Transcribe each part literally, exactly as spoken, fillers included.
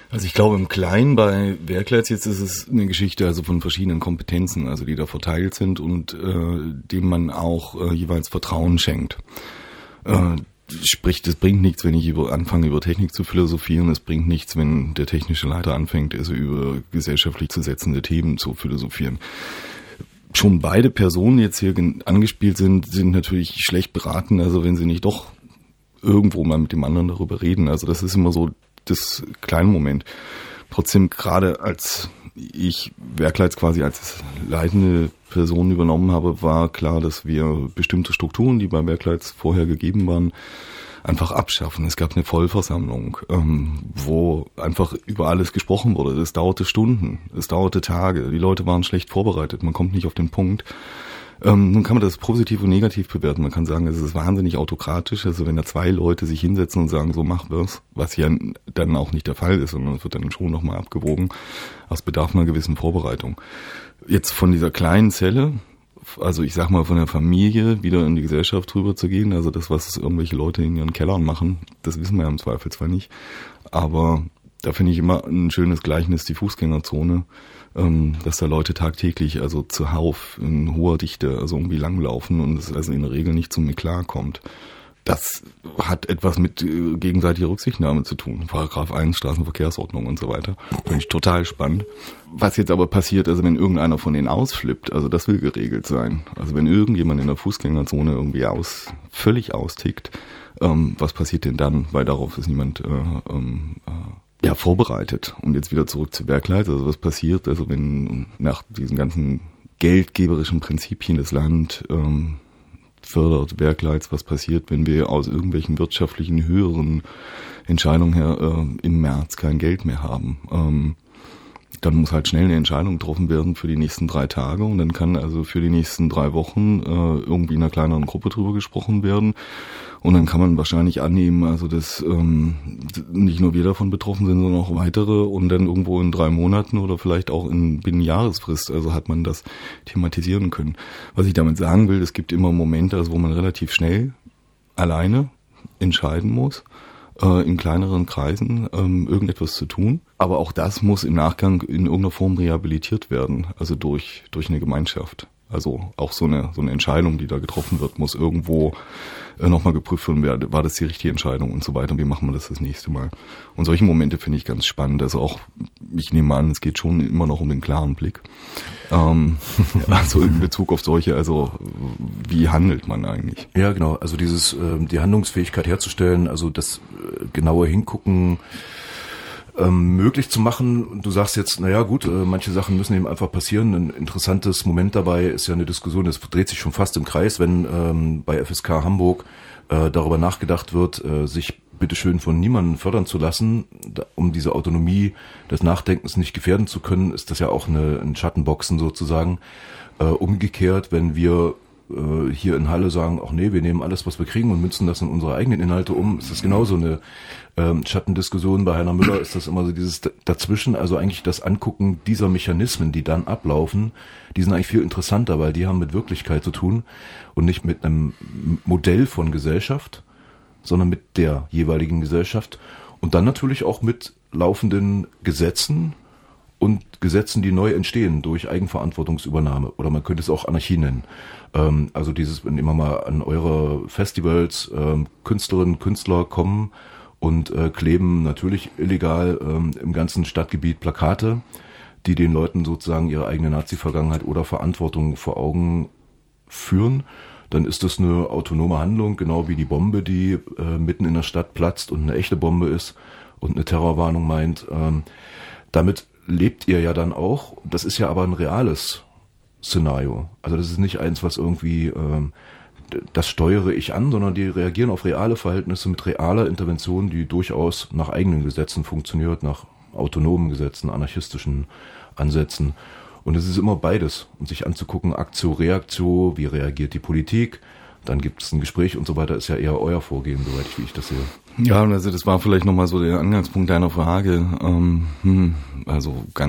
Also ich glaube im Kleinen bei Werkleitz jetzt ist es eine Geschichte also von verschiedenen Kompetenzen, also die da verteilt sind und äh, dem man auch äh, jeweils Vertrauen schenkt. Äh, sprich, es bringt nichts, wenn ich über, anfange über Technik zu philosophieren, es bringt nichts, wenn der technische Leiter anfängt, also über gesellschaftlich zu setzende Themen zu philosophieren. Schon beide Personen jetzt hier angespielt sind, sind natürlich schlecht beraten, also wenn sie nicht doch irgendwo mal mit dem anderen darüber reden. Also das ist immer so das kleine Moment. Trotzdem, gerade als ich Werkleitz quasi als leitende Person übernommen habe, war klar, dass wir bestimmte Strukturen, die bei Werkleitz vorher gegeben waren, einfach abschaffen. Es gab eine Vollversammlung, ähm, wo einfach über alles gesprochen wurde. Es dauerte Stunden, es dauerte Tage. Die Leute waren schlecht vorbereitet, man kommt nicht auf den Punkt. Ähm, nun kann man das positiv und negativ bewerten. Man kann sagen, es ist wahnsinnig autokratisch. Also wenn da zwei Leute sich hinsetzen und sagen, so machen wir's, was ja dann auch nicht der Fall ist, sondern es wird dann schon nochmal abgewogen. Das bedarf einer gewissen Vorbereitung. Jetzt von dieser kleinen Zelle, also ich sag mal von der Familie wieder in die Gesellschaft rüber zu gehen, also das, was irgendwelche Leute in ihren Kellern machen, das wissen wir ja im Zweifelsfall nicht. Aber da finde ich immer ein schönes Gleichnis, die Fußgängerzone, ähm, dass da Leute tagtäglich, also zuhauf in hoher Dichte, also irgendwie langlaufen und es also in der Regel nicht zum Eklat kommt. Das hat etwas mit äh, gegenseitiger Rücksichtnahme zu tun. Paragraph eins, Straßenverkehrsordnung und so weiter. Finde ich total spannend. Was jetzt aber passiert, also wenn irgendeiner von denen ausflippt, also das will geregelt sein. Also wenn irgendjemand in der Fußgängerzone irgendwie aus, völlig austickt, ähm, was passiert denn dann? Weil darauf ist niemand äh, ähm, äh, ja, vorbereitet. Und jetzt wieder zurück zu Werkleitz. Also was passiert, also wenn nach diesen ganzen geldgeberischen Prinzipien das Land ähm, fördert Werkleitz, was passiert, wenn wir aus irgendwelchen wirtschaftlichen höheren Entscheidungen her äh, im März kein Geld mehr haben. Ähm, dann muss halt schnell eine Entscheidung getroffen werden für die nächsten drei Tage und dann kann also für die nächsten drei Wochen äh, irgendwie in einer kleineren Gruppe drüber gesprochen werden und dann kann man wahrscheinlich annehmen, also dass ähm, nicht nur wir davon betroffen sind, sondern auch weitere und dann irgendwo in drei Monaten oder vielleicht auch in binnen Jahresfrist, also hat man das thematisieren können. Was ich damit sagen will, es gibt immer Momente, also wo man relativ schnell alleine entscheiden muss, in kleineren Kreisen ähm, irgendetwas zu tun. Aber auch das muss im Nachgang in irgendeiner Form rehabilitiert werden, also durch durch eine Gemeinschaft. Also auch so eine so eine Entscheidung, die da getroffen wird, muss irgendwo äh, nochmal geprüft werden, war das die richtige Entscheidung und so weiter. Wie machen wir das das nächste Mal? Und solche Momente finde ich ganz spannend. Also auch, ich nehme an, es geht schon immer noch um den klaren Blick. Ähm, also in Bezug auf solche, also wie handelt man eigentlich? Ja, genau. Also dieses, äh, die Handlungsfähigkeit herzustellen, also das äh, genaue Hingucken ähm, möglich zu machen. Du sagst jetzt, naja gut, äh, manche Sachen müssen eben einfach passieren. Ein interessantes Moment dabei ist ja eine Diskussion, das dreht sich schon fast im Kreis, wenn ähm, bei F S K Hamburg äh, darüber nachgedacht wird, äh, sich bitteschön von niemandem fördern zu lassen, da, um diese Autonomie des Nachdenkens nicht gefährden zu können, ist das ja auch eine, ein Schattenboxen sozusagen. Äh, umgekehrt, wenn wir äh, hier in Halle sagen, ach nee, wir nehmen alles, was wir kriegen und münzen das in unsere eigenen Inhalte um, ist das genauso eine ähm, Schattendiskussion. Bei Heiner Müller ist das immer so dieses dazwischen, also eigentlich das Angucken dieser Mechanismen, die dann ablaufen, die sind eigentlich viel interessanter, weil die haben mit Wirklichkeit zu tun und nicht mit einem Modell von Gesellschaft, sondern mit der jeweiligen Gesellschaft und dann natürlich auch mit laufenden Gesetzen und Gesetzen, die neu entstehen durch Eigenverantwortungsübernahme oder man könnte es auch Anarchie nennen. Ähm, also dieses, wenn immer mal an eure Festivals ähm, Künstlerinnen, Künstler kommen und äh, kleben natürlich illegal ähm, im ganzen Stadtgebiet Plakate, die den Leuten sozusagen ihre eigene Nazi-Vergangenheit oder Verantwortung vor Augen führen, dann ist das eine autonome Handlung, genau wie die Bombe, die äh, mitten in der Stadt platzt und eine echte Bombe ist und eine Terrorwarnung meint. Ähm, damit lebt ihr ja dann auch. Das ist ja aber ein reales Szenario. Also das ist nicht eins, was irgendwie, ähm, das steuere ich an, sondern die reagieren auf reale Verhältnisse mit realer Intervention, die durchaus nach eigenen Gesetzen funktioniert, nach autonomen Gesetzen, anarchistischen Ansätzen. Und es ist immer beides, um sich anzugucken, Aktio, Reaktio, wie reagiert die Politik, dann gibt es ein Gespräch und so weiter, ist ja eher euer Vorgehen, soweit wie ich das sehe. Ja, also das war vielleicht nochmal so der Angangspunkt deiner Frage. Ähm, hm, also ganz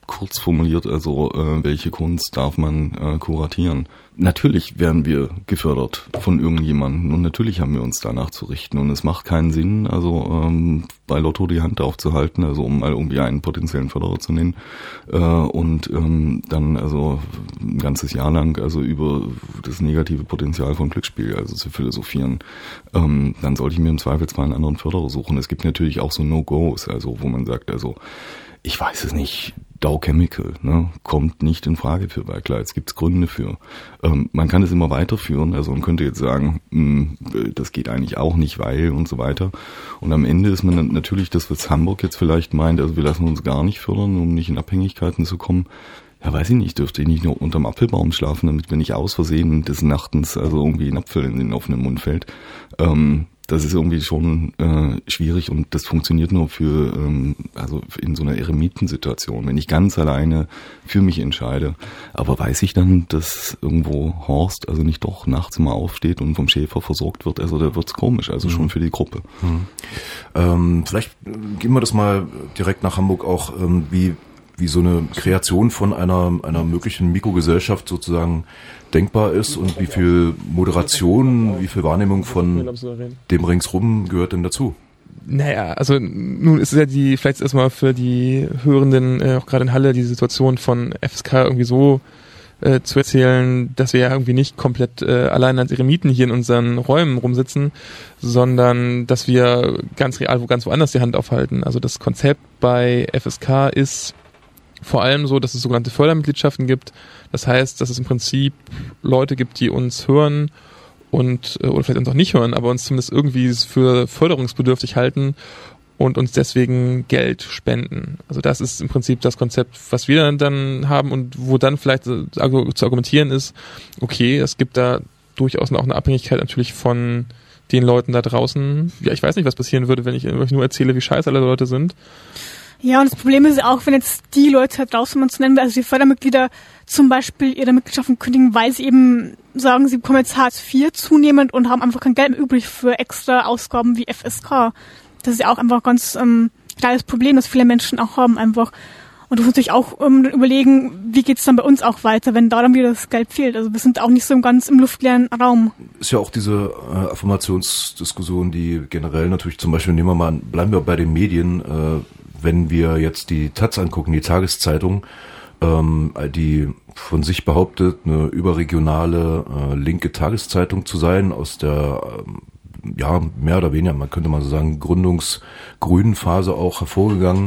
kurz formuliert, also äh, welche Kunst darf man äh, kuratieren. Natürlich werden wir gefördert von irgendjemandem und natürlich haben wir uns danach zu richten und es macht keinen Sinn, also ähm, bei Lotto die Hand aufzuhalten, also um mal irgendwie einen potenziellen Förderer zu nennen äh, und ähm, dann also ein ganzes Jahr lang also über das negative Potenzial von Glücksspiel also zu philosophieren. Ähm, dann sollte ich mir im Zweifelsfall einen anderen Förderer suchen. Es gibt natürlich auch so No-Gos, also wo man sagt, also ich weiß es nicht, Dow Chemical, ne, kommt nicht in Frage für Werkler. Es gibt Gründe für. Ähm, man kann es immer weiterführen, also man könnte jetzt sagen, mh, das geht eigentlich auch nicht, weil und so weiter. Und am Ende ist man dann natürlich das, was Hamburg jetzt vielleicht meint, also wir lassen uns gar nicht fördern, um nicht in Abhängigkeiten zu kommen. Ja, weiß ich nicht, dürfte ich nicht nur unterm Apfelbaum schlafen, damit wenn ich aus Versehen des Nachtens also irgendwie ein Apfel in den offenen Mund fällt. Ähm, Das ist irgendwie schon äh, schwierig und das funktioniert nur für, ähm, also in so einer Eremitensituation, wenn ich ganz alleine für mich entscheide. Aber weiß ich dann, dass irgendwo Horst also nicht doch nachts mal aufsteht und vom Schäfer versorgt wird, also da wird's komisch, also mhm. schon für die Gruppe. Mhm. Ähm, vielleicht gehen wir das mal direkt nach Hamburg auch, ähm, wie wie so eine Kreation von einer einer möglichen Mikrogesellschaft sozusagen denkbar ist und wie viel Moderation, wie viel Wahrnehmung von dem ringsrum gehört denn dazu? Naja, also nun ist es ja die, vielleicht erstmal für die Hörenden, äh, auch gerade in Halle, die Situation von F S K irgendwie so äh, zu erzählen, dass wir ja irgendwie nicht komplett äh, allein als Eremiten hier in unseren Räumen rumsitzen, sondern dass wir ganz real wo ganz woanders die Hand aufhalten. Also das Konzept bei F S K ist vor allem so, dass es sogenannte Fördermitgliedschaften gibt. Das heißt, dass es im Prinzip Leute gibt, die uns hören und oder vielleicht uns auch nicht hören, aber uns zumindest irgendwie für förderungsbedürftig halten und uns deswegen Geld spenden. Also das ist im Prinzip das Konzept, was wir dann haben und wo dann vielleicht zu argumentieren ist, okay, es gibt da durchaus auch eine Abhängigkeit natürlich von den Leuten da draußen. Ja, ich weiß nicht, was passieren würde, wenn ich euch nur erzähle, wie scheiße alle Leute sind. Ja, und das Problem ist auch, wenn jetzt die Leute da draußen, man zu nennen will, also die Fördermitglieder zum Beispiel ihre Mitgliedschaften kündigen, weil sie eben sagen, sie bekommen jetzt Hartz vier zunehmend und haben einfach kein Geld mehr übrig für extra Ausgaben wie F S K. Das ist ja auch einfach ein ganz ähm, kleines Problem, das viele Menschen auch haben einfach. Und du musst natürlich auch ähm, überlegen, wie geht's dann bei uns auch weiter, wenn da dann wieder das Geld fehlt. Also wir sind auch nicht so ganz im luftleeren Raum. Ist ja auch diese äh, Affirmationsdiskussion, die generell natürlich zum Beispiel, nehmen wir mal, bleiben wir bei den Medien, äh, wenn wir jetzt die Taz angucken, die Tageszeitung, ähm, die von sich behauptet, eine überregionale äh, linke Tageszeitung zu sein, aus der, ähm, ja, mehr oder weniger, man könnte mal so sagen, gründungsgrünen Phase auch hervorgegangen,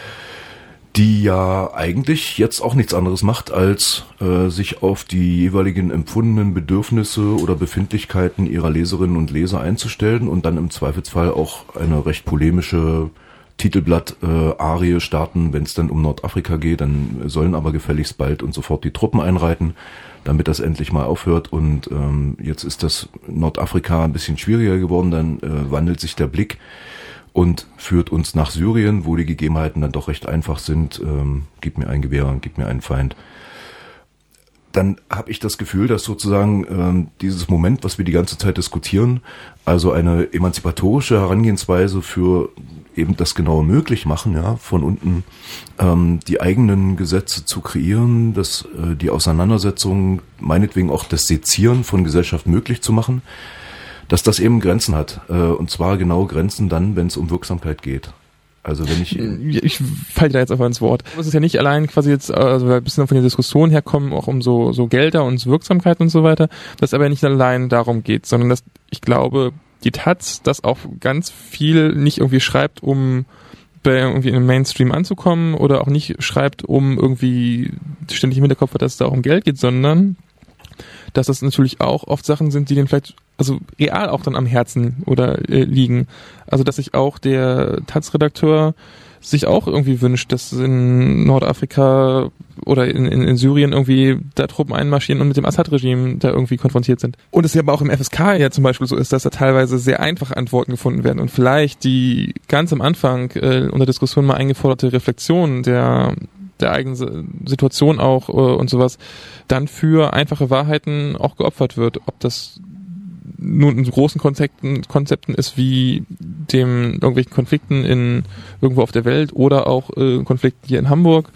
die ja eigentlich jetzt auch nichts anderes macht, als äh, sich auf die jeweiligen empfundenen Bedürfnisse oder Befindlichkeiten ihrer Leserinnen und Leser einzustellen und dann im Zweifelsfall auch eine recht polemische Titelblatt-Arie äh, starten, wenn es dann um Nordafrika geht, dann sollen aber gefälligst bald und sofort die Truppen einreiten, damit das endlich mal aufhört. Und ähm, jetzt ist das Nordafrika ein bisschen schwieriger geworden, dann äh, wandelt sich der Blick und führt uns nach Syrien, wo die Gegebenheiten dann doch recht einfach sind. Ähm, gib mir ein Gewehr, gib mir einen Feind. Dann habe ich das Gefühl, dass sozusagen ähm, dieses Moment, was wir die ganze Zeit diskutieren, also eine emanzipatorische Herangehensweise für eben das genaue möglich machen, ja, von unten ähm, die eigenen Gesetze zu kreieren, das, äh, die Auseinandersetzung, meinetwegen auch das Sezieren von Gesellschaft möglich zu machen, dass das eben Grenzen hat. Äh, und zwar genau Grenzen dann, wenn es um Wirksamkeit geht. Also wenn ich... Ich falle da jetzt einfach ins Wort. Es ist ja nicht allein quasi jetzt, also ein bisschen von der Diskussion herkommen, auch um so, so Gelder und Wirksamkeit und so weiter, dass aber nicht allein darum geht, sondern dass ich glaube, die Taz das auch ganz viel nicht irgendwie schreibt, um bei irgendwie in den Mainstream anzukommen oder auch nicht schreibt, um irgendwie ständig im Hinterkopf hat, dass es da auch um Geld geht, sondern dass das natürlich auch oft Sachen sind, die denen vielleicht also real auch dann am Herzen oder äh, liegen. Also dass sich auch der Taz-Redakteur sich auch irgendwie wünscht, dass in Nordafrika oder in, in, in Syrien irgendwie da Truppen einmarschieren und mit dem Assad-Regime da irgendwie konfrontiert sind. Und es ja aber auch im F S K ja zum Beispiel so ist, dass da teilweise sehr einfache Antworten gefunden werden und vielleicht die ganz am Anfang äh, unter Diskussion mal eingeforderte Reflexion der der eigenen Situation auch äh, und sowas dann für einfache Wahrheiten auch geopfert wird. Ob das nun in großen Konzepten, Konzepten ist wie dem irgendwelchen Konflikten in irgendwo auf der Welt oder auch äh, Konflikten hier in Hamburg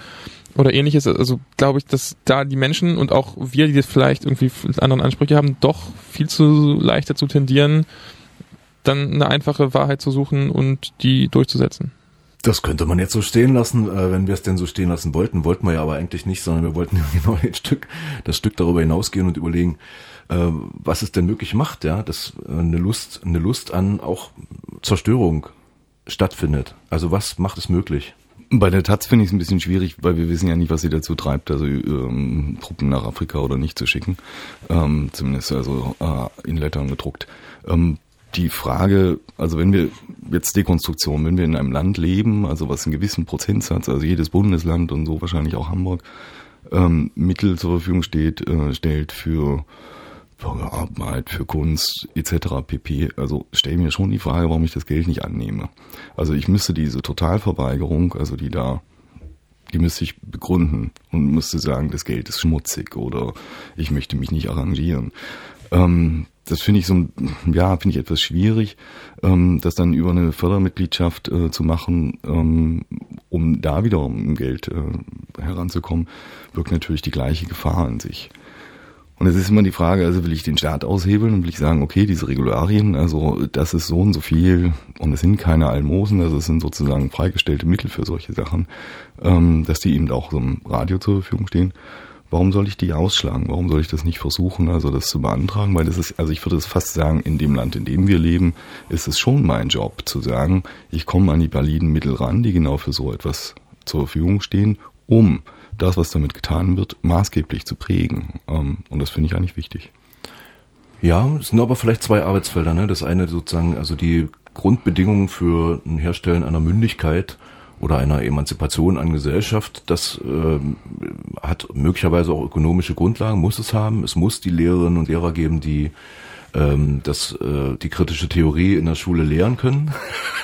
oder ähnliches. Also glaube ich, dass da die Menschen und auch wir, die das vielleicht irgendwie anderen Ansprüche haben, doch viel zu leicht dazu tendieren, dann eine einfache Wahrheit zu suchen und die durchzusetzen. Das könnte man jetzt so stehen lassen, äh, wenn wir es denn so stehen lassen wollten. Wollten wir ja aber eigentlich nicht, sondern wir wollten ja genau ein Stück, das Stück darüber hinausgehen und überlegen, äh, was es denn möglich macht, ja, dass äh, eine Lust, eine Lust an auch Zerstörung stattfindet. Also was macht es möglich? Bei der Taz finde ich es ein bisschen schwierig, weil wir wissen ja nicht, was sie dazu treibt, also ähm, Truppen nach Afrika oder nicht zu schicken. Ähm, zumindest also äh, in Lettern gedruckt. Ähm, Die Frage, also wenn wir jetzt Dekonstruktion, wenn wir in einem Land leben, also was einen gewissen Prozentsatz, also jedes Bundesland und so wahrscheinlich auch Hamburg, ähm, Mittel zur Verfügung steht, äh, stellt für Bürgerarbeit, für Kunst et cetera pp. Also stelle mir schon die Frage, warum ich das Geld nicht annehme. Also ich müsste diese Totalverweigerung, also die da, die müsste ich begründen und müsste sagen, das Geld ist schmutzig oder ich möchte mich nicht arrangieren. Ähm, Das finde ich so, ja, finde ich etwas schwierig, ähm, das dann über eine Fördermitgliedschaft äh, zu machen, ähm, um da wieder um Geld äh, heranzukommen, birgt natürlich die gleiche Gefahr an sich. Und es ist immer die Frage, also will ich den Staat aushebeln und will ich sagen, okay, diese Regularien, also das ist so und so viel und es sind keine Almosen, also es sind sozusagen freigestellte Mittel für solche Sachen, ähm, dass die eben auch so im Radio zur Verfügung stehen. Warum soll ich die ausschlagen? Warum soll ich das nicht versuchen, also das zu beantragen? Weil das ist, also ich würde es fast sagen, in dem Land, in dem wir leben, ist es schon mein Job zu sagen, ich komme an die validen Mittel ran, die genau für so etwas zur Verfügung stehen, um das, was damit getan wird, maßgeblich zu prägen. Und das finde ich eigentlich wichtig. Ja, es sind aber vielleicht zwei Arbeitsfelder, ne? Das eine sozusagen, also die Grundbedingungen für ein Herstellen einer Mündigkeit oder einer Emanzipation an Gesellschaft, das äh, hat möglicherweise auch ökonomische Grundlagen, muss es haben. Es muss die Lehrerinnen und Lehrer geben, die ähm, das, äh, die kritische Theorie in der Schule lehren können.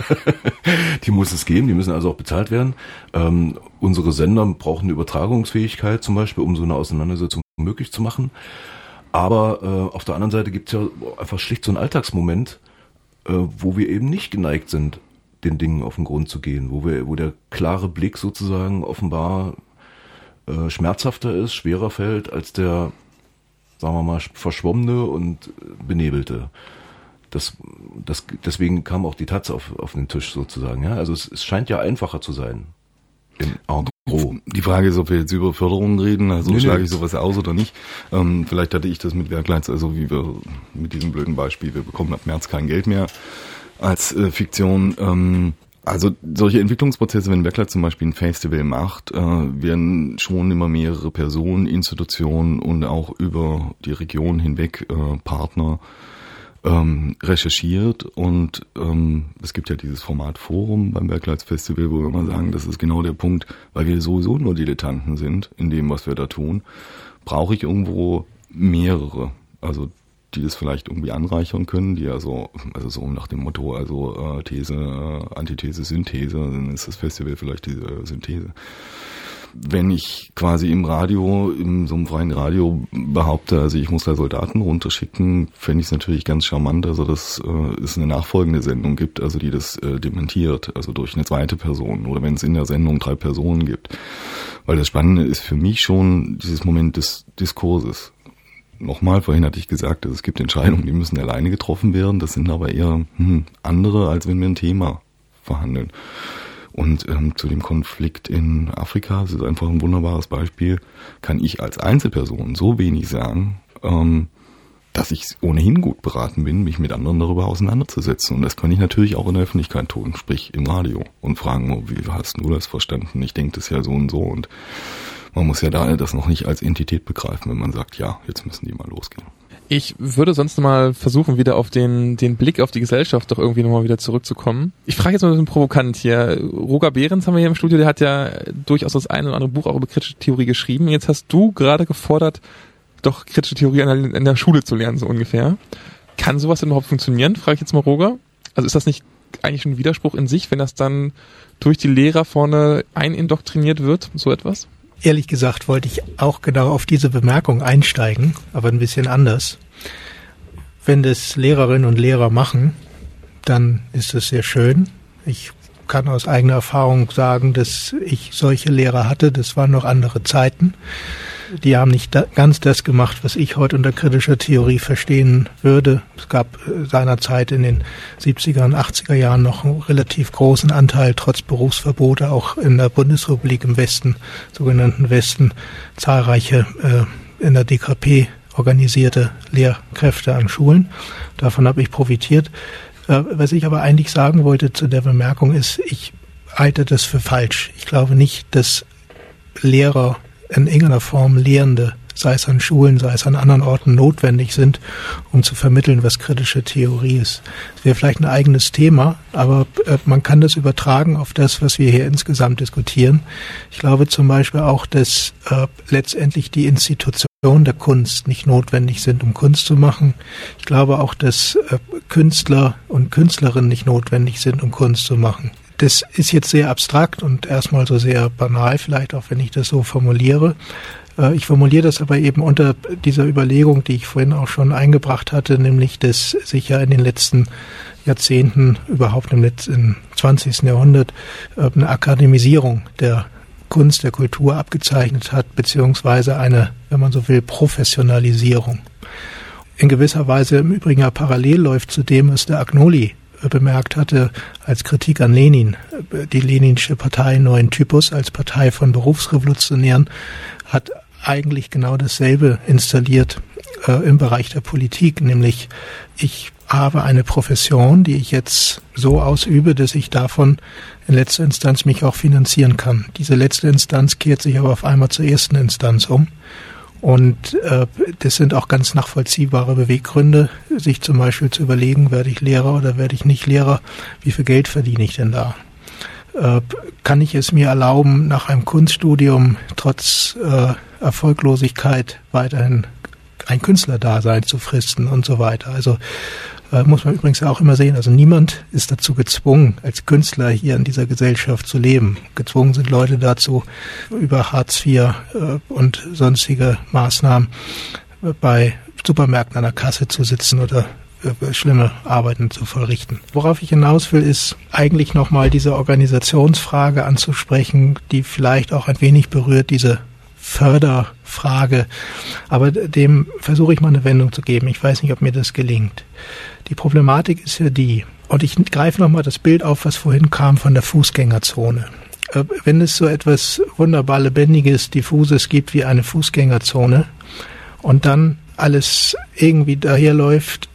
Die muss es geben, die müssen also auch bezahlt werden. Ähm, unsere Sender brauchen eine Übertragungsfähigkeit zum Beispiel, um so eine Auseinandersetzung möglich zu machen. Aber äh, auf der anderen Seite gibt es ja einfach schlicht so einen Alltagsmoment, äh, wo wir eben nicht geneigt sind, den Dingen auf den Grund zu gehen, wo wir, wo der klare Blick sozusagen offenbar äh, schmerzhafter ist, schwerer fällt als der, sagen wir mal, verschwommene und benebelte. Das, das, deswegen kam auch die Taz auf, auf den Tisch sozusagen. Ja? Also es, es scheint ja einfacher zu sein. Im Agro. Die Frage ist, ob wir jetzt über Förderungen reden, also nee, schlage nee. ich sowas aus oder nicht. Ähm, vielleicht hatte ich das mit Werkleitz, also wie wir mit diesem blöden Beispiel, wir bekommen ab März kein Geld mehr als äh, Fiktion. Ähm, also solche Entwicklungsprozesse, wenn Werkleitz zum Beispiel ein Festival macht, äh, werden schon immer mehrere Personen, Institutionen und auch über die Region hinweg äh, Partner ähm, recherchiert. Und ähm, es gibt ja dieses Format Forum beim Werkleitz Festival, wo wir mal sagen, das ist genau der Punkt, weil wir sowieso nur Dilettanten sind in dem, was wir da tun, brauche ich irgendwo mehrere, also die das vielleicht irgendwie anreichern können, die also, also so nach dem Motto, also äh, These, äh, Antithese, Synthese, dann ist das Festival vielleicht diese äh, Synthese. Wenn ich quasi im Radio, in so einem freien Radio behaupte, also ich muss da Soldaten runterschicken, fände ich es natürlich ganz charmant, also dass äh, es eine nachfolgende Sendung gibt, also die das äh, dementiert, also durch eine zweite Person oder wenn es in der Sendung drei Personen gibt. Weil das Spannende ist für mich schon dieses Moment des Diskurses. Nochmal, vorhin hatte ich gesagt, also es gibt Entscheidungen, die müssen alleine getroffen werden. Das sind aber eher hm, andere, als wenn wir ein Thema verhandeln. Und ähm, zu dem Konflikt in Afrika, das ist einfach ein wunderbares Beispiel, kann ich als Einzelperson so wenig sagen, ähm, dass ich ohnehin gut beraten bin, mich mit anderen darüber auseinanderzusetzen. Und das kann ich natürlich auch in der Öffentlichkeit tun, sprich im Radio und fragen, oh, wie hast du das verstanden? Ich denke das ja so und so und man muss ja da das noch nicht als Entität begreifen, wenn man sagt, ja, jetzt müssen die mal losgehen. Ich würde sonst mal versuchen, wieder auf den, den Blick auf die Gesellschaft doch irgendwie nochmal wieder zurückzukommen. Ich frage jetzt mal ein bisschen provokant hier. Roger Behrens haben wir hier im Studio, der hat ja durchaus das eine oder andere Buch auch über kritische Theorie geschrieben. Jetzt hast du gerade gefordert, doch kritische Theorie an der, an der Schule zu lernen, so ungefähr. Kann sowas denn überhaupt funktionieren? Frage ich jetzt mal Roger. Also ist das nicht eigentlich schon ein Widerspruch in sich, wenn das dann durch die Lehrer vorne einindoktriniert wird, so etwas? Ehrlich gesagt wollte ich auch genau auf diese Bemerkung einsteigen, aber ein bisschen anders. Wenn das Lehrerinnen und Lehrer machen, dann ist es sehr schön. Ich kann aus eigener Erfahrung sagen, dass ich solche Lehrer hatte. Das waren noch andere Zeiten. Die haben nicht da, ganz das gemacht, was ich heute unter kritischer Theorie verstehen würde. Es gab seinerzeit in den siebziger und achtziger Jahren noch einen relativ großen Anteil, trotz Berufsverbote, auch in der Bundesrepublik im Westen, sogenannten Westen, zahlreiche äh, in der D K P organisierte Lehrkräfte an Schulen. Davon habe ich profitiert. Äh, was ich aber eigentlich sagen wollte zu der Bemerkung ist, ich halte das für falsch. Ich glaube nicht, dass Lehrer in irgendeiner Form Lehrende, sei es an Schulen, sei es an anderen Orten, notwendig sind, um zu vermitteln, was kritische Theorie ist. Das wäre vielleicht ein eigenes Thema, aber äh, man kann das übertragen auf das, was wir hier insgesamt diskutieren. Ich glaube zum Beispiel auch, dass äh, letztendlich die Institutionen der Kunst nicht notwendig sind, um Kunst zu machen. Ich glaube auch, dass äh, Künstler und Künstlerinnen nicht notwendig sind, um Kunst zu machen. Das ist jetzt sehr abstrakt und erstmal so sehr banal, vielleicht auch, wenn ich das so formuliere. Ich formuliere das aber eben unter dieser Überlegung, die ich vorhin auch schon eingebracht hatte, nämlich, dass sich ja in den letzten Jahrzehnten, überhaupt im letzten zwanzigsten Jahrhundert, eine Akademisierung der Kunst, der Kultur abgezeichnet hat, beziehungsweise eine, wenn man so will, Professionalisierung. In gewisser Weise im Übrigen ja parallel läuft zu dem, was der Agnoli bemerkt hatte als Kritik an Lenin. Die Leninische Partei Neuen Typus als Partei von Berufsrevolutionären hat eigentlich genau dasselbe installiert äh, im Bereich der Politik, nämlich ich habe eine Profession, die ich jetzt so ausübe, dass ich davon in letzter Instanz mich auch finanzieren kann. Diese letzte Instanz kehrt sich aber auf einmal zur ersten Instanz um. Und äh, das sind auch ganz nachvollziehbare Beweggründe, sich zum Beispiel zu überlegen, werde ich Lehrer oder werde ich nicht Lehrer, wie viel Geld verdiene ich denn da? Äh, kann ich es mir erlauben, nach einem Kunststudium trotz äh, Erfolglosigkeit weiterhin ein Künstlerdasein zu fristen und so weiter? Also äh, muss man übrigens auch immer sehen, also niemand ist dazu gezwungen, als Künstler hier in dieser Gesellschaft zu leben. Gezwungen sind Leute dazu, über Hartz vier äh, und sonstige Maßnahmen äh, bei Supermärkten an der Kasse zu sitzen oder äh, schlimme Arbeiten zu vollrichten. Worauf ich hinaus will, ist eigentlich nochmal diese Organisationsfrage anzusprechen, die vielleicht auch ein wenig berührt, diese Förderfrage, aber dem versuche ich mal eine Wendung zu geben. Ich weiß nicht, ob mir das gelingt. Die Problematik ist ja die, und ich greife nochmal das Bild auf, was vorhin kam von der Fußgängerzone. Wenn es so etwas wunderbar Lebendiges, Diffuses gibt wie eine Fußgängerzone und dann alles irgendwie daherläuft,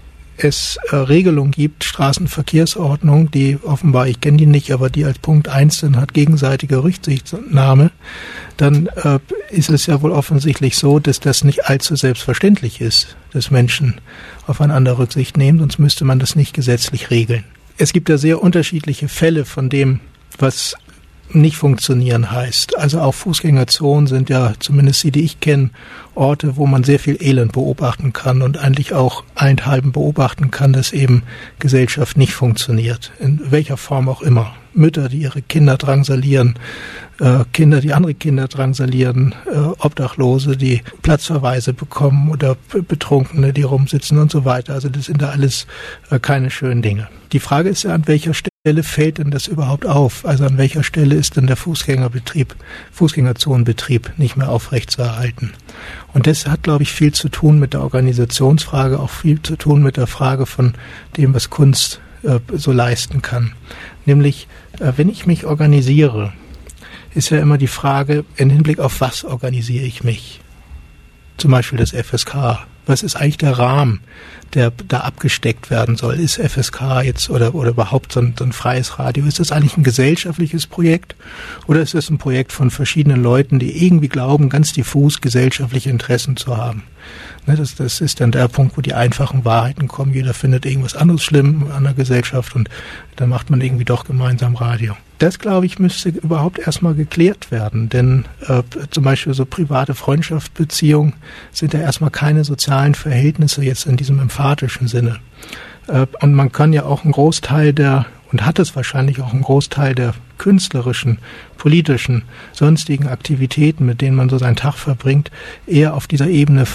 es äh, Regelungen gibt, Straßenverkehrsordnung, die offenbar, ich kenne die nicht, aber die als Punkt eins dann hat, gegenseitige Rücksichtnahme, dann äh, ist es ja wohl offensichtlich so, dass das nicht allzu selbstverständlich ist, dass Menschen aufeinander Rücksicht nehmen, sonst müsste man das nicht gesetzlich regeln. Es gibt ja sehr unterschiedliche Fälle von dem, was nicht funktionieren heißt. Also auch Fußgängerzonen sind ja, zumindest die, die ich kenne, Orte, wo man sehr viel Elend beobachten kann und eigentlich auch allenthalben beobachten kann, dass eben Gesellschaft nicht funktioniert. In welcher Form auch immer. Mütter, die ihre Kinder drangsalieren, äh, Kinder, die andere Kinder drangsalieren, äh, Obdachlose, die Platzverweise bekommen oder Betrunkene, die rumsitzen und so weiter. Also das sind da alles äh, keine schönen Dinge. Die Frage ist ja, an welcher Stelle fällt denn das überhaupt auf? Also an welcher Stelle ist denn der Fußgängerbetrieb, Fußgängerzonenbetrieb nicht mehr aufrechtzuerhalten? Und das hat, glaube ich, viel zu tun mit der Organisationsfrage, auch viel zu tun mit der Frage von dem, was Kunst äh, so leisten kann. Nämlich, äh, wenn ich mich organisiere, ist ja immer die Frage, im Hinblick auf was organisiere ich mich? Zum Beispiel das F S K. Was ist eigentlich der Rahmen, der da abgesteckt werden soll? Ist F S K jetzt oder, oder überhaupt so ein, so ein freies Radio? Ist das eigentlich ein gesellschaftliches Projekt oder ist das ein Projekt von verschiedenen Leuten, die irgendwie glauben, ganz diffus gesellschaftliche Interessen zu haben? Ne, das, das ist dann der Punkt, wo die einfachen Wahrheiten kommen. Jeder findet irgendwas anderes schlimm an der Gesellschaft und dann macht man irgendwie doch gemeinsam Radio. Das, glaube ich, müsste überhaupt erstmal geklärt werden, denn äh, zum Beispiel so private Freundschaftsbeziehungen sind ja erstmal keine sozialen Verhältnisse jetzt in diesem emphatischen Sinne. Äh, und man kann ja auch einen Großteil der, und hat es wahrscheinlich auch einen Großteil der künstlerischen, politischen, sonstigen Aktivitäten, mit denen man so seinen Tag verbringt, eher auf dieser Ebene von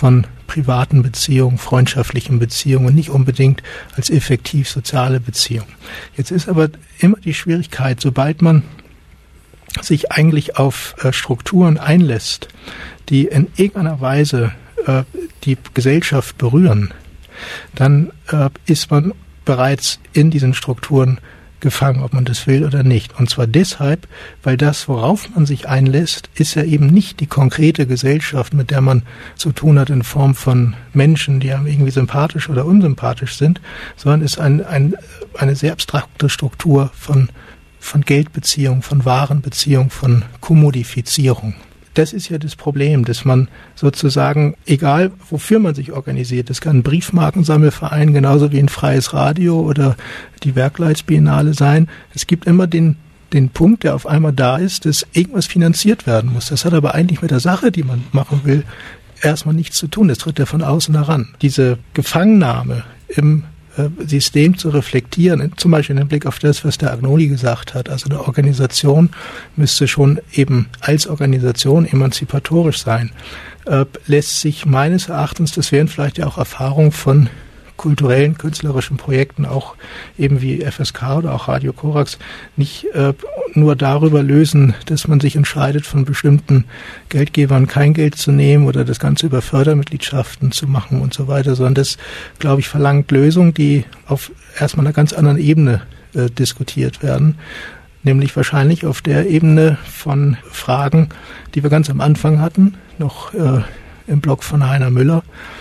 privaten Beziehungen, freundschaftlichen Beziehungen und nicht unbedingt als effektiv soziale Beziehungen. Jetzt ist aber immer die Schwierigkeit, sobald man sich eigentlich auf äh, Strukturen einlässt, die in irgendeiner Weise äh, die Gesellschaft berühren, dann äh, ist man bereits in diesen Strukturen gefangen, ob man das will oder nicht. Und zwar deshalb, weil das, worauf man sich einlässt, ist ja eben nicht die konkrete Gesellschaft, mit der man zu tun hat in Form von Menschen, die einem irgendwie sympathisch oder unsympathisch sind, sondern ist ein, ein, eine sehr abstrakte Struktur von, von Geldbeziehung, von Warenbeziehung, von Kommodifizierung. Das ist ja das Problem, dass man sozusagen, egal wofür man sich organisiert, das kann ein Briefmarkensammelverein genauso wie ein freies Radio oder die Werkleitsbiennale sein. Es gibt immer den, den Punkt, der auf einmal da ist, dass irgendwas finanziert werden muss. Das hat aber eigentlich mit der Sache, die man machen will, erstmal nichts zu tun. Das tritt ja von außen heran. Diese Gefangennahme im System zu reflektieren, zum Beispiel im Blick auf das, was der Agnoli gesagt hat. Also eine Organisation müsste schon eben als Organisation emanzipatorisch sein. Äh, lässt sich meines Erachtens, das wären vielleicht ja auch Erfahrungen von kulturellen, künstlerischen Projekten, auch eben wie F S K oder auch Radio Korax, nicht äh, nur darüber lösen, dass man sich entscheidet, von bestimmten Geldgebern kein Geld zu nehmen oder das Ganze über Fördermitgliedschaften zu machen und so weiter, sondern das, glaube ich, verlangt Lösungen, die auf erstmal einer ganz anderen Ebene äh, diskutiert werden, nämlich wahrscheinlich auf der Ebene von Fragen, die wir ganz am Anfang hatten, noch äh, im Blog von Heiner Müller.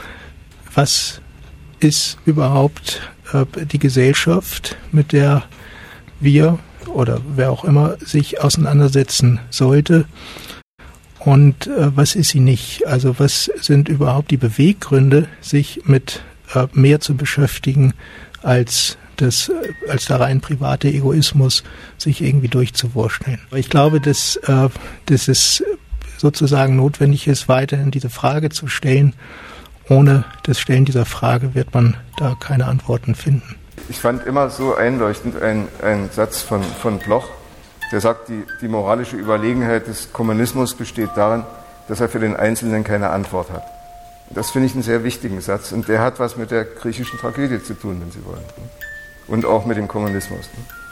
Was ist überhaupt äh, die Gesellschaft, mit der wir oder wer auch immer sich auseinandersetzen sollte und äh, was ist sie nicht? Also was sind überhaupt die Beweggründe, sich mit äh, mehr zu beschäftigen als das, als der rein private Egoismus, sich irgendwie durchzuwurschteln. Ich glaube, dass, äh, dass es sozusagen notwendig ist, weiterhin diese Frage zu stellen. Ohne das Stellen dieser Frage wird man da keine Antworten finden. Ich fand immer so einleuchtend einen, einen Satz von, von Bloch, der sagt, die, die moralische Überlegenheit des Kommunismus besteht darin, dass er für den Einzelnen keine Antwort hat. Das finde ich einen sehr wichtigen Satz und der hat was mit der griechischen Tragödie zu tun, wenn Sie wollen. Und auch mit dem Kommunismus.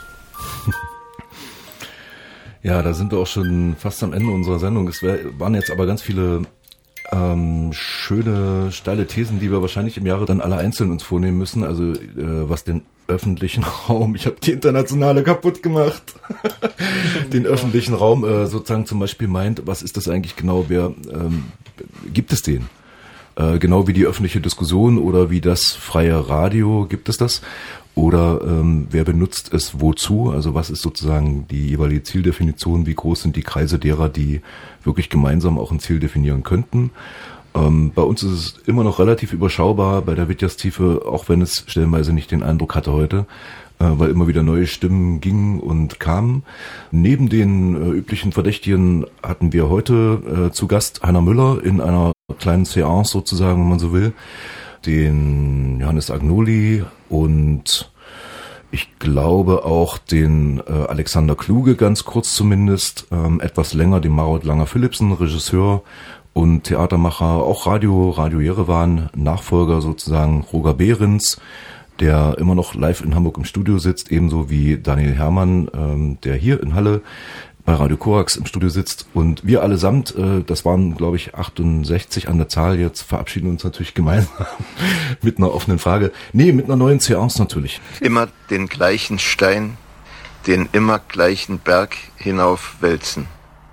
Ja, da sind wir auch schon fast am Ende unserer Sendung. Es waren jetzt aber ganz viele Ähm, schöne, steile Thesen, die wir wahrscheinlich im Jahre dann alle einzeln uns vornehmen müssen. Also äh, was den öffentlichen Raum, ich habe die Internationale kaputt gemacht, den öffentlichen Raum äh, sozusagen zum Beispiel meint, was ist das eigentlich genau, wer ähm, gibt es den? Äh, genau wie die öffentliche Diskussion oder wie das freie Radio, gibt es das? Oder ähm, wer benutzt es wozu? Also was ist sozusagen die jeweilige Zieldefinition? Wie groß sind die Kreise derer, die wirklich gemeinsam auch ein Ziel definieren könnten? Ähm, bei uns ist es immer noch relativ überschaubar, bei der Witjas-Tiefe, auch wenn es stellenweise nicht den Eindruck hatte heute, äh, weil immer wieder neue Stimmen gingen und kamen. Neben den äh, üblichen Verdächtigen hatten wir heute äh, zu Gast Heiner Müller in einer kleinen Seance sozusagen, wenn man so will, den Johannes Agnoli und ich glaube auch den äh, Alexander Kluge, ganz kurz zumindest, ähm, etwas länger den Marot Langer-Philipsen, Regisseur und Theatermacher, auch Radio, Radio Jerewan, Nachfolger sozusagen Roger Behrens, der immer noch live in Hamburg im Studio sitzt, ebenso wie Daniel Herrmann, ähm, der hier in Halle bei Radio Korax im Studio sitzt. Und wir allesamt, äh, das waren glaube ich achtundsechzig an der Zahl, jetzt verabschieden uns natürlich gemeinsam mit einer offenen Frage. Nee, mit einer neuen Seance natürlich. Immer den gleichen Stein, den immer gleichen Berg hinaufwälzen.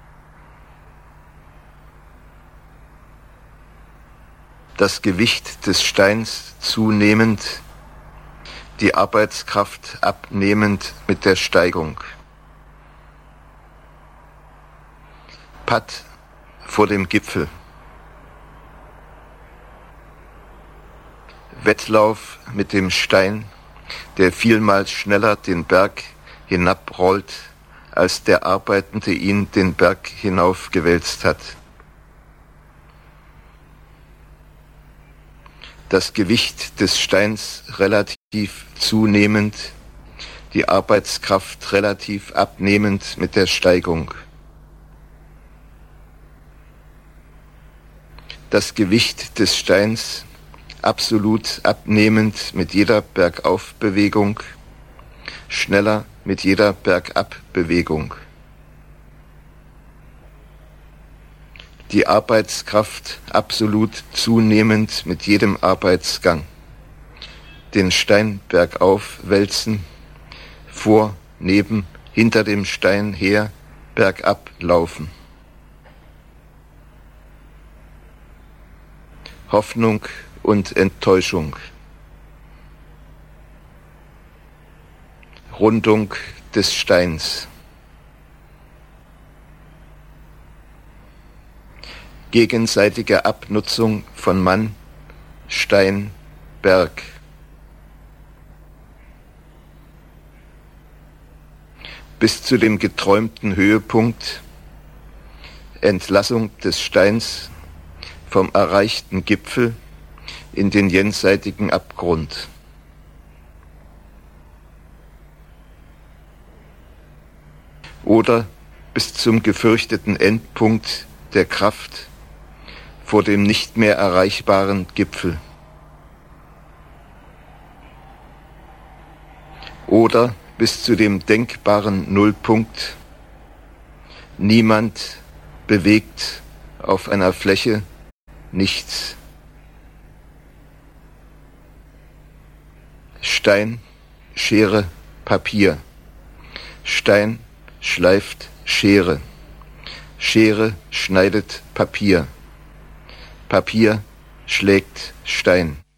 Das Gewicht des Steins zunehmend, die Arbeitskraft abnehmend mit der Steigung. Patt vor dem Gipfel. Wettlauf mit dem Stein, der vielmals schneller den Berg hinabrollt, als der Arbeitende ihn den Berg hinaufgewälzt hat. Das Gewicht des Steins relativ zunehmend, die Arbeitskraft relativ abnehmend mit der Steigung. das Gewicht des Steins absolut abnehmend mit jeder Bergaufbewegung, schneller mit jeder Bergabbewegung. Die Arbeitskraft absolut zunehmend mit jedem Arbeitsgang. Den Stein bergauf wälzen, vor, neben, hinter dem Stein her, bergab laufen. Hoffnung und Enttäuschung. Rundung des Steins. Gegenseitige Abnutzung von Mann, Stein, Berg. Bis zu dem geträumten Höhepunkt, Entlassung des Steins vom erreichten Gipfel in den jenseitigen Abgrund. Oder bis zum gefürchteten Endpunkt der Kraft vor dem nicht mehr erreichbaren Gipfel. Oder bis zu dem denkbaren Nullpunkt. Niemand bewegt auf einer Fläche nichts. Stein, Schere, Papier. Stein schleift Schere. Schere schneidet Papier. Papier schlägt Stein.